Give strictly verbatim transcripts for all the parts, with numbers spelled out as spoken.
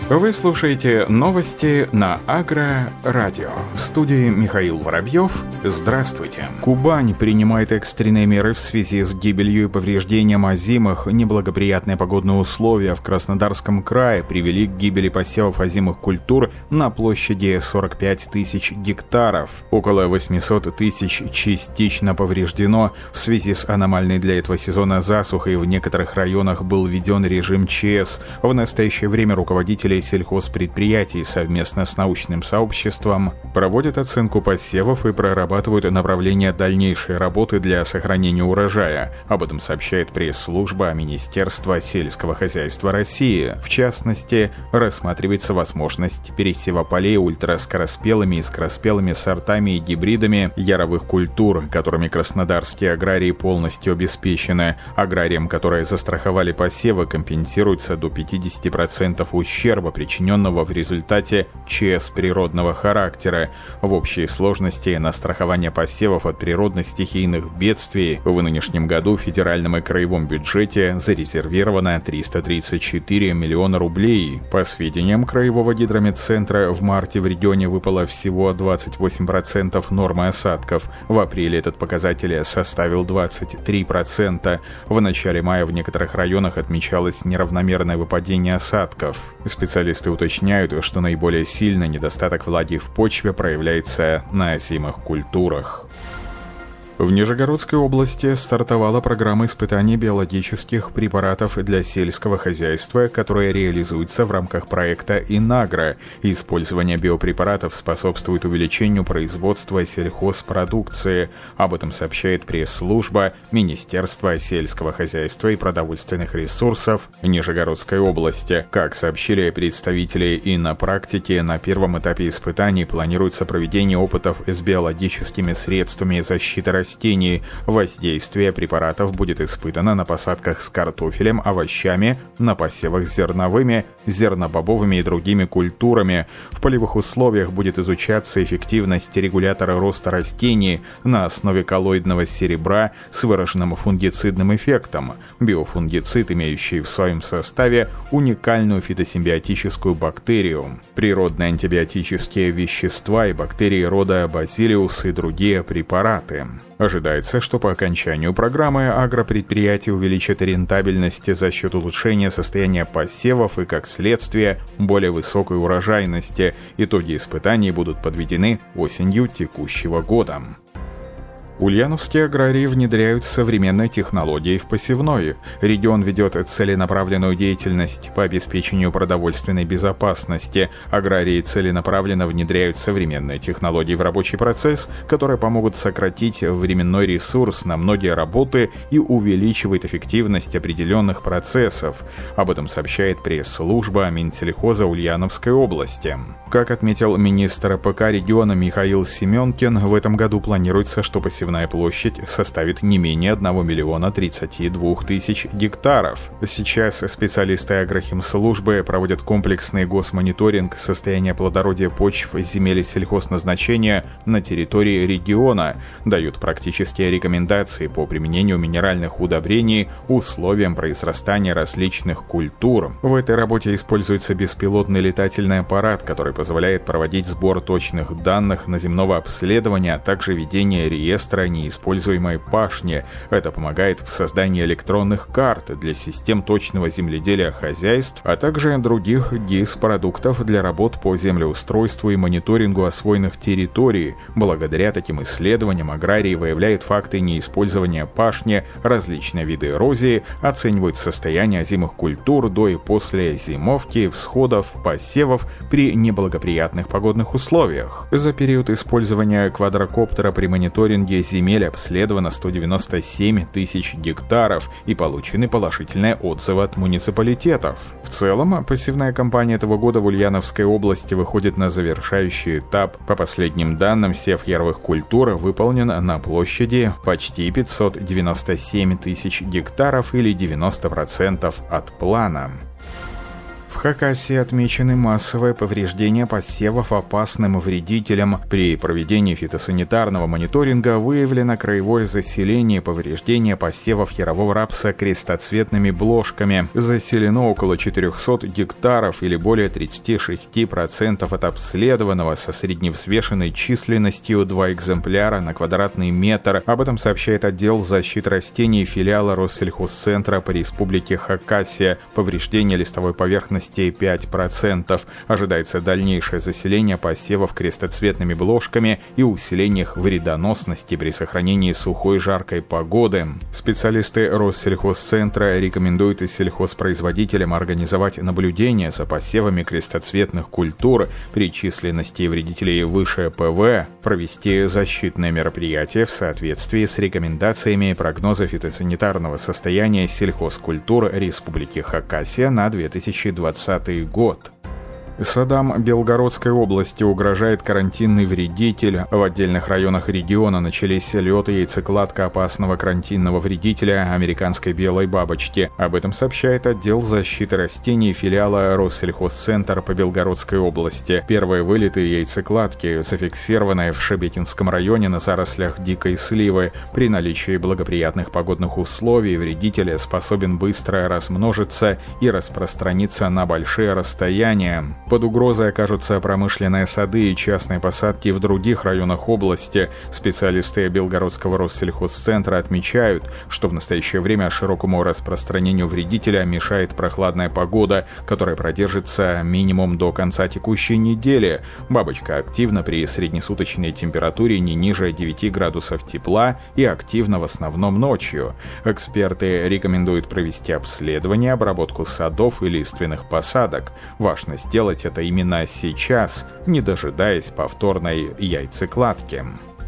Вы слушаете новости на Агро-радио. В студии Михаил Воробьев. Здравствуйте. Кубань принимает экстренные меры в связи с гибелью и повреждением озимых. Неблагоприятные погодные условия в Краснодарском крае привели к гибели посевов озимых культур на площади сорок пять тысяч гектаров. Около восемьсот тысяч частично повреждено. В связи с аномальной для этого сезона засухой в некоторых районах был введен режим ЧС. В настоящее время руководители сельхозпредприятий совместно с научным сообществом проводят оценку посевов и прорабатывают направления дальнейшей работы для сохранения урожая. Об этом сообщает пресс-служба Министерства сельского хозяйства России. В частности, рассматривается возможность пересева полей ультраскороспелыми и скороспелыми сортами и гибридами яровых культур, которыми краснодарские аграрии полностью обеспечены. Аграриям, которые застраховали посевы, компенсируется до пятьдесят процентов ущерба, причиненного в результате ЧС природного характера. В общей сложности на страхование посевов от природных стихийных бедствий в нынешнем году в федеральном и краевом бюджете зарезервировано триста тридцать четыре миллиона рублей. По сведениям Краевого гидрометцентра, в марте в регионе выпало всего двадцать восемь процентов нормы осадков. В апреле этот показатель составил двадцать три процента. В начале мая в некоторых районах отмечалось неравномерное выпадение осадков. Специалисты уточняют, что наиболее сильно недостаток влаги в почве проявляется на озимых культурах. В Нижегородской области стартовала программа испытаний биологических препаратов для сельского хозяйства, которая реализуется в рамках проекта «Инагро». Использование биопрепаратов способствует увеличению производства сельхозпродукции. Об этом сообщает пресс-служба Министерства сельского хозяйства и продовольственных ресурсов Нижегородской области. Как сообщили представители Иннопрактики, на первом этапе испытаний планируется проведение опытов с биологическими средствами защиты растений. Растений. Воздействие препаратов будет испытано на посадках с картофелем, овощами, на посевах с зерновыми, зернобобовыми и другими культурами. В полевых условиях будет изучаться эффективность регулятора роста растений на основе коллоидного серебра с выраженным фунгицидным эффектом. Биофунгицид, имеющий в своем составе уникальную фитосимбиотическую бактерию. Природные антибиотические вещества и бактерии рода Базилиус и другие препараты. Ожидается, что по окончанию программы агропредприятия увеличат рентабельность за счет улучшения состояния посевов и, как следствие, более высокой урожайности. Итоги испытаний будут подведены осенью текущего года. Ульяновские аграрии внедряют современные технологии в посевной. Регион ведет целенаправленную деятельность по обеспечению продовольственной безопасности. Аграрии целенаправленно внедряют современные технологии в рабочий процесс, которые помогут сократить временной ресурс на многие работы и увеличивают эффективность определенных процессов. Об этом сообщает пресс-служба Минсельхоза Ульяновской области. Как отметил министр АПК региона Михаил Семенкин, в этом году планируется, что посевная площадь составит не менее одного миллиона тридцати двух тысяч гектаров. Сейчас специалисты агрохимслужбы проводят комплексный госмониторинг состояния плодородия почв земель сельхозназначения на территории региона, дают практические рекомендации по применению минеральных удобрений условиям произрастания различных культур. В этой работе используется беспилотный летательный аппарат, который позволяет проводить сбор точных данных наземного обследования, а также ведение реестра неиспользуемой пашни. Это помогает в создании электронных карт для систем точного земледелия хозяйств, а также других ГИС-продуктов для работ по землеустройству и мониторингу освоенных территорий. Благодаря таким исследованиям аграрии выявляют факты неиспользования пашни, различные виды эрозии, оценивают состояние озимых культур до и после зимовки, всходов, посевов при неблагоприятных погодных условиях. За период использования квадрокоптера при мониторинге земель обследовано сто девяносто семь тысяч гектаров и получены положительные отзывы от муниципалитетов. В целом, посевная кампания этого года в Ульяновской области выходит на завершающий этап. По последним данным, сев яровых культур выполнен на площади почти пятьсот девяносто семь тысяч гектаров или девяносто процентов от плана. В Хакасии отмечены массовые повреждения посевов опасным вредителям. При проведении фитосанитарного мониторинга выявлено краевое заселение и повреждение посевов ярового рапса крестоцветными бложками. Заселено около четырехсот гектаров или более тридцать шесть процентов от обследованного со средневзвешенной численностью два экземпляра на квадратный метр. Об этом сообщает отдел защиты растений филиала Россельхозцентра по республике Хакасия. Повреждение листовой поверхности пять процентов. Ожидается дальнейшее заселение посевов крестоцветными бложками и усиление их вредоносности при сохранении сухой жаркой погоды. Специалисты Россельхозцентра рекомендуют сельхозпроизводителям организовать наблюдение за посевами крестоцветных культур при численности вредителей выше ПВ, провести защитные мероприятия в соответствии с рекомендациями прогноза фитосанитарного состояния сельхозкультур Республики Хакасия на две тысячи двадцатый год. Садам Белгородской области угрожает карантинный вредитель. В отдельных районах региона начались лед и яйцекладка опасного карантинного вредителя американской белой бабочки. Об этом сообщает отдел защиты растений филиала Россельхозцентр по Белгородской области. Первые вылеты яйцекладки, зафиксированные в Шебекинском районе на зарослях дикой сливы. При наличии благоприятных погодных условий вредитель способен быстро размножиться и распространиться на большие расстояния. Под угрозой окажутся промышленные сады и частные посадки в других районах области. Специалисты Белгородского Россельхозцентра отмечают, что в настоящее время широкому распространению вредителя мешает прохладная погода, которая продержится минимум до конца текущей недели. Бабочка активна при среднесуточной температуре не ниже девяти градусов тепла и активна в основном ночью. Эксперты рекомендуют провести обследование, обработку садов и лиственных посадок. Важно сделать это именно сейчас, не дожидаясь повторной яйцекладки.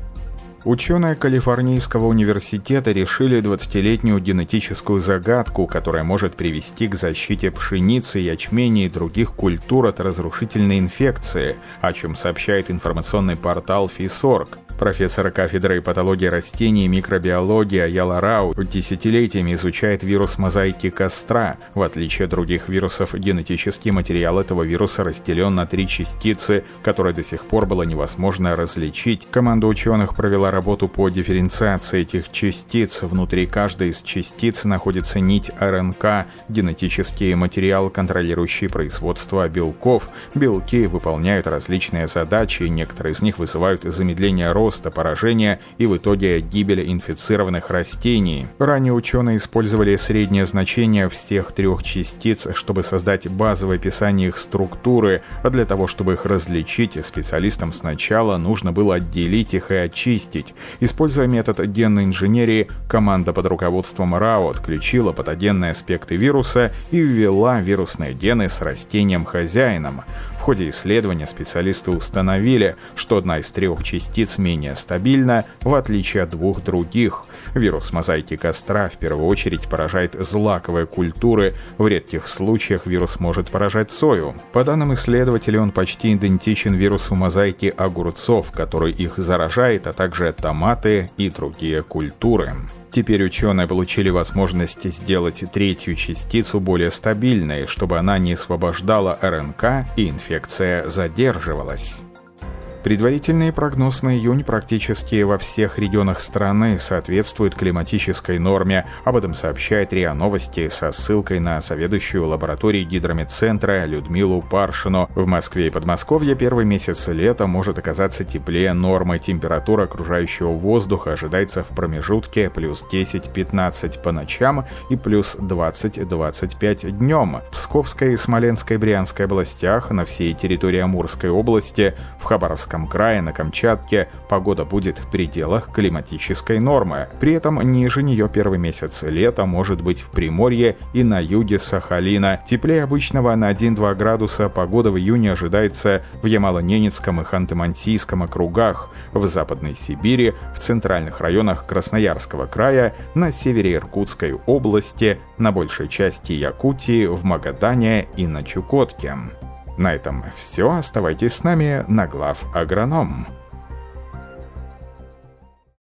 Ученые Калифорнийского университета решили двадцатилетнюю генетическую загадку, которая может привести к защите пшеницы, ячменя и других культур от разрушительной инфекции, о чем сообщает информационный портал Фисорг. Профессор кафедры патологии растений и микробиологии Аяла Рау десятилетиями изучает вирус мозаики костра. В отличие от других вирусов, генетический материал этого вируса разделен на три частицы, которые до сих пор было невозможно различить. Команда ученых провела работу по дифференциации этих частиц. Внутри каждой из частиц находится нить эр эн ка, генетический материал, контролирующий производство белков. Белки выполняют различные задачи, некоторые из них вызывают замедление роста, роста, поражения и в итоге гибель инфицированных растений. Ранее ученые использовали среднее значение всех трех частиц, чтобы создать базовое описание их структуры, а для того, чтобы их различить, специалистам сначала нужно было отделить их и очистить. Используя метод генной инженерии, команда под руководством Рау отключила патогенные аспекты вируса и ввела вирусные гены с растением-хозяином. В ходе исследования специалисты установили, что одна из трех частиц менее стабильна, в отличие от двух других. Вирус мозаики костра в первую очередь поражает злаковые культуры, в редких случаях вирус может поражать сою. По данным исследователей, он почти идентичен вирусу мозаики огурцов, который их заражает, а также томаты и другие культуры. Теперь ученые получили возможность сделать третью частицу более стабильной, чтобы она не освобождала эр эн ка и инфекция задерживалась. Предварительный прогноз на июнь практически во всех регионах страны соответствует климатической норме. Об этом сообщает РИА Новости со ссылкой на заведующую лабораторией гидрометцентра Людмилу Паршину. В Москве и Подмосковье первый месяц лета может оказаться теплее нормы. Температура окружающего воздуха ожидается в промежутке плюс десять-пятнадцать по ночам и плюс двадцать-двадцать пять днем. В Псковской, Смоленской, Брянской областях, на всей территории Амурской области, в Хабаровском крае, на Камчатке погода будет в пределах климатической нормы. При этом ниже нее первый месяц лета может быть в Приморье и на юге Сахалина. Теплее обычного на один-два градуса погода в июне ожидается в Ямало-Ненецком и Ханты-Мансийском округах, в Западной Сибири, в центральных районах Красноярского края, на севере Иркутской области, на большей части Якутии, в Магадане и на Чукотке. На этом все. Оставайтесь с нами на Глав Агроном.